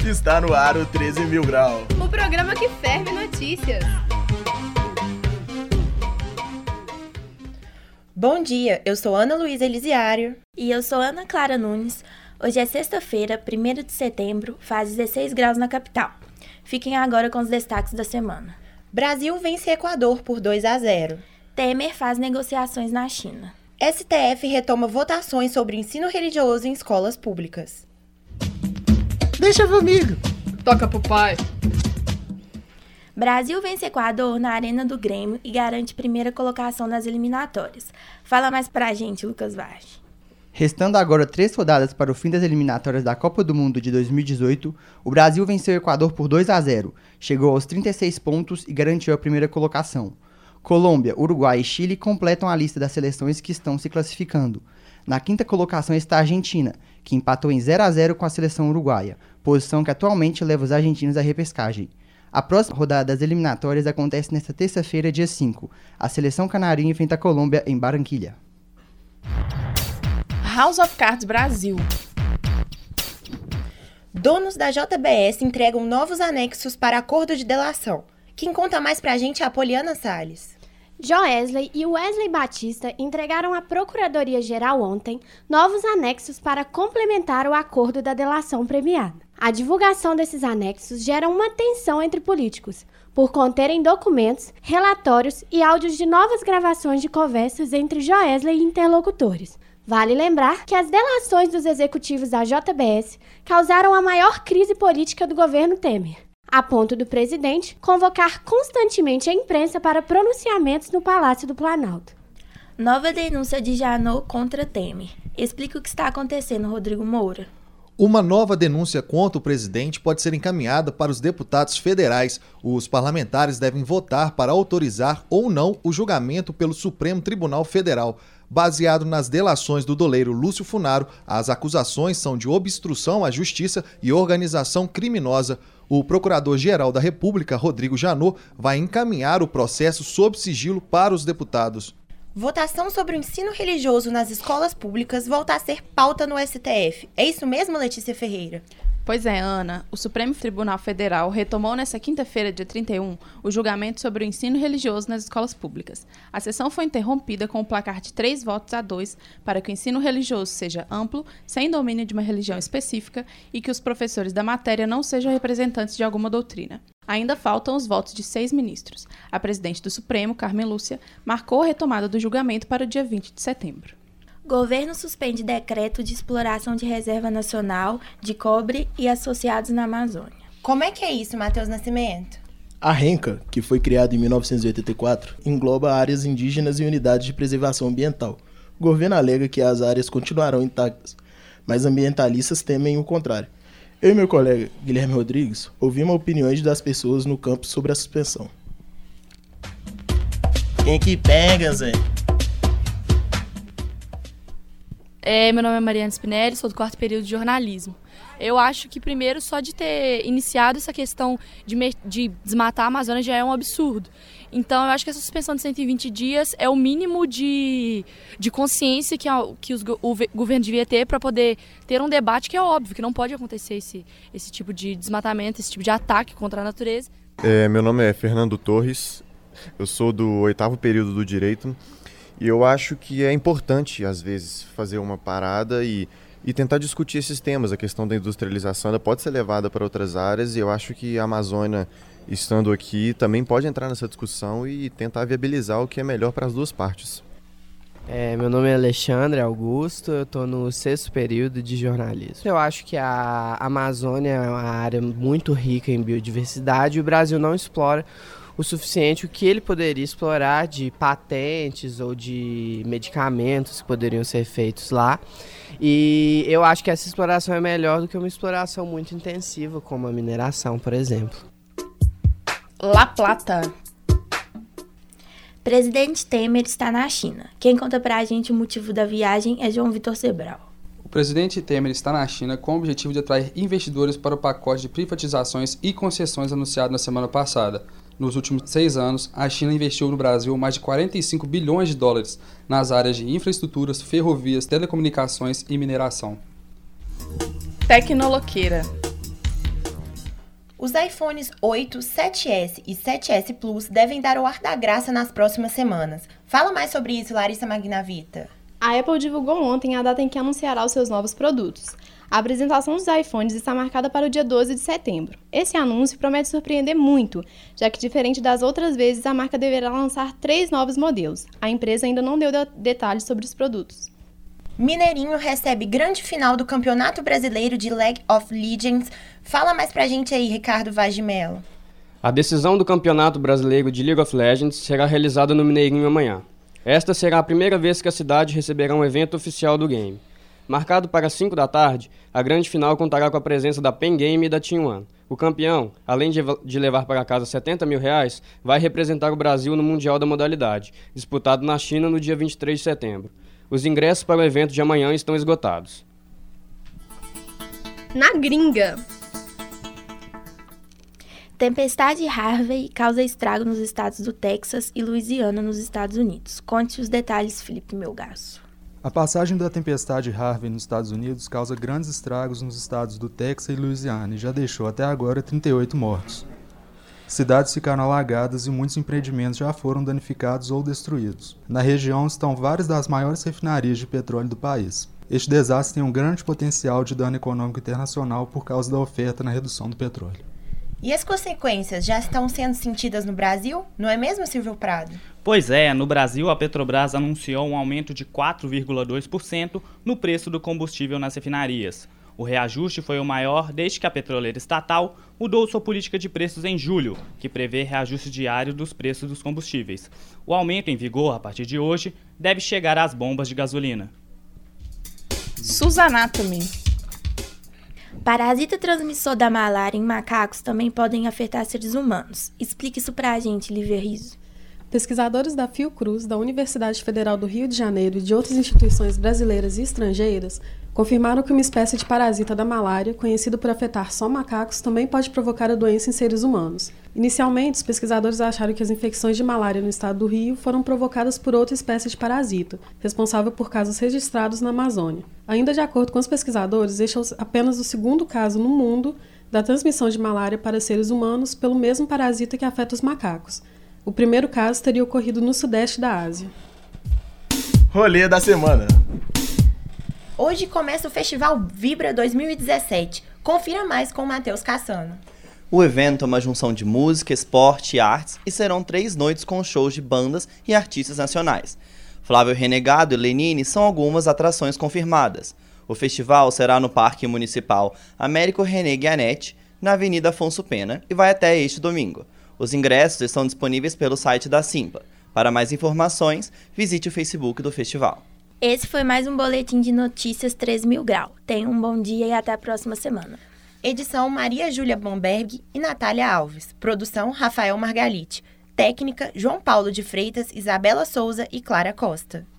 Está no ar o 13 Mil Grau. O programa que ferve notícias. Bom dia, eu sou Ana Luísa Elisiário. E eu sou Ana Clara Nunes. Hoje é sexta-feira, 1º de setembro, faz 16 graus na capital. Fiquem agora com os destaques da semana. Brasil vence Equador por 2-0. Temer faz negociações na China. STF retoma votações sobre ensino religioso em escolas públicas. Deixa comigo. Toca pro pai. Brasil vence Equador na Arena do Grêmio e garante primeira colocação nas eliminatórias. Fala mais pra gente, Lucas Varge. Restando agora 3 rodadas para o fim das eliminatórias da Copa do Mundo de 2018, o Brasil venceu o Equador por 2-0, chegou aos 36 pontos e garantiu a primeira colocação. Colômbia, Uruguai e Chile completam a lista das seleções que estão se classificando. Na quinta colocação está a Argentina, que empatou em 0-0 com a seleção uruguaia, posição que atualmente leva os argentinos à repescagem. A próxima rodada das eliminatórias acontece nesta terça-feira, dia 5. A seleção canarinha enfrenta a Colômbia em Barranquilla. House of Cards Brasil. Donos da JBS entregam novos anexos para acordo de delação. Quem conta mais pra gente é a Poliana Salles. Joesley e Wesley Batista entregaram à Procuradoria-Geral ontem novos anexos para complementar o acordo da delação premiada. A divulgação desses anexos gera uma tensão entre políticos, por conterem documentos, relatórios e áudios de novas gravações de conversas entre Joesley e interlocutores. Vale lembrar que as delações dos executivos da JBS causaram a maior crise política do governo Temer, a ponto do presidente convocar constantemente a imprensa para pronunciamentos no Palácio do Planalto. Nova denúncia de Janot contra Temer. Explica o que está acontecendo, Rodrigo Moura. Uma nova denúncia contra o presidente pode ser encaminhada para os deputados federais. Os parlamentares devem votar para autorizar ou não o julgamento pelo Supremo Tribunal Federal. Baseado nas delações do doleiro Lúcio Funaro, as acusações são de obstrução à justiça e organização criminosa. O Procurador-Geral da República, Rodrigo Janot, vai encaminhar o processo sob sigilo para os deputados. Votação sobre o ensino religioso nas escolas públicas volta a ser pauta no STF. É isso mesmo, Letícia Ferreira? Pois é, Ana. O Supremo Tribunal Federal retomou nesta quinta-feira, dia 31, o julgamento sobre o ensino religioso nas escolas públicas. A sessão foi interrompida com o placar de 3-2 para que o ensino religioso seja amplo, sem domínio de uma religião específica e que os professores da matéria não sejam representantes de alguma doutrina. Ainda faltam os votos de 6 ministros. A presidente do Supremo, Carmen Lúcia, marcou a retomada do julgamento para o dia 20 de setembro. Governo suspende decreto de exploração de reserva nacional de cobre e associados na Amazônia. Como é que é isso, Matheus Nascimento? A RENCA, que foi criada em 1984, engloba áreas indígenas e unidades de preservação ambiental. O governo alega que as áreas continuarão intactas, mas ambientalistas temem o contrário. Eu e meu colega Guilherme Rodrigues ouvimos opiniões das pessoas no campo sobre a suspensão. Quem que pega, Zé? Meu nome é Mariana Spinelli, sou do 4º período de jornalismo. Eu acho que, primeiro, só de ter iniciado essa questão de desmatar a Amazônia já é um absurdo. Então, eu acho que essa suspensão de 120 dias é o mínimo de consciência que o governo devia ter para poder ter um debate que é óbvio, que não pode acontecer esse tipo de desmatamento, esse tipo de ataque contra a natureza. Meu nome é Fernando Torres, eu sou do 8º período do Direito. E eu acho que é importante, às vezes, fazer uma parada e tentar discutir esses temas. A questão da industrialização ela pode ser levada para outras áreas e eu acho que a Amazônia, estando aqui, também pode entrar nessa discussão e tentar viabilizar o que é melhor para as duas partes. Meu nome é Alexandre Augusto, eu estou no 6º período de jornalismo. Eu acho que a Amazônia é uma área muito rica em biodiversidade e o Brasil não explora o suficiente o que ele poderia explorar de patentes ou de medicamentos que poderiam ser feitos lá. E eu acho que essa exploração é melhor do que uma exploração muito intensiva, como a mineração, por exemplo. La Plata. Presidente Temer está na China. Quem conta pra gente o motivo da viagem é João Vitor Sebral. O presidente Temer está na China com o objetivo de atrair investidores para o pacote de privatizações e concessões anunciado na semana passada. Nos últimos 6 anos, a China investiu no Brasil mais de 45 bilhões de dólares nas áreas de infraestruturas, ferrovias, telecomunicações e mineração. Tecnoloqueira. Os iPhones 8, 7S e 7S Plus devem dar o ar da graça nas próximas semanas. Fala mais sobre isso, Larissa Magnavita. A Apple divulgou ontem a data em que anunciará os seus novos produtos. A apresentação dos iPhones está marcada para o dia 12 de setembro. Esse anúncio promete surpreender muito, já que, diferente das outras vezes, a marca deverá lançar 3 novos modelos. A empresa ainda não deu detalhes sobre os produtos. Mineirinho recebe grande final do Campeonato Brasileiro de League of Legends. Fala mais pra gente aí, Ricardo Vaz de Mello. A decisão do Campeonato Brasileiro de League of Legends será realizada no Mineirinho amanhã. Esta será a primeira vez que a cidade receberá um evento oficial do game. Marcado para 5 da tarde, a grande final contará com a presença da Pen Game e da Team One. O campeão, além de levar para casa R$70 mil, vai representar o Brasil no Mundial da modalidade, disputado na China no dia 23 de setembro. Os ingressos para o evento de amanhã estão esgotados. Na gringa. Tempestade Harvey causa estrago nos estados do Texas e Louisiana, nos Estados Unidos. Conte os detalhes, Felipe Melgaço. A passagem da tempestade Harvey nos Estados Unidos causa grandes estragos nos estados do Texas e Louisiana e já deixou até agora 38 mortos. Cidades ficaram alagadas e muitos empreendimentos já foram danificados ou destruídos. Na região estão várias das maiores refinarias de petróleo do país. Este desastre tem um grande potencial de dano econômico internacional por causa da oferta na redução do petróleo. E as consequências já estão sendo sentidas no Brasil? Não é mesmo, Silvio Prado? Pois é, no Brasil a Petrobras anunciou um aumento de 4,2% no preço do combustível nas refinarias. O reajuste foi o maior desde que a petroleira estatal mudou sua política de preços em julho, que prevê reajuste diário dos preços dos combustíveis. O aumento em vigor a partir de hoje deve chegar às bombas de gasolina. Susanatomy. Parasita transmissor da malária em macacos também podem afetar seres humanos. Explique isso pra gente, Lívia Rizzo. Pesquisadores da Fiocruz, da Universidade Federal do Rio de Janeiro e de outras instituições brasileiras e estrangeiras confirmaram que uma espécie de parasita da malária, conhecido por afetar só macacos, também pode provocar a doença em seres humanos. Inicialmente, os pesquisadores acharam que as infecções de malária no estado do Rio foram provocadas por outra espécie de parasita, responsável por casos registrados na Amazônia. Ainda de acordo com os pesquisadores, este é apenas o segundo caso no mundo da transmissão de malária para seres humanos pelo mesmo parasita que afeta os macacos. O primeiro caso teria ocorrido no sudeste da Ásia. Rolê da semana. Hoje começa o Festival Vibra 2017. Confira mais com o Matheus Cassano. O evento é uma junção de música, esporte e artes e serão 3 noites com shows de bandas e artistas nacionais. Flávio Renegado e Lenine são algumas atrações confirmadas. O festival será no Parque Municipal Américo René Guianetti, na Avenida Afonso Pena, e vai até este domingo. Os ingressos estão disponíveis pelo site da Simpla. Para mais informações, visite o Facebook do festival. Esse foi mais um Boletim de Notícias 3.000 Grau. Tenha um bom dia e até a próxima semana. Edição Maria Júlia Bomberg e Natália Alves. Produção Rafael Margalite. Técnica João Paulo de Freitas, Isabela Souza e Clara Costa.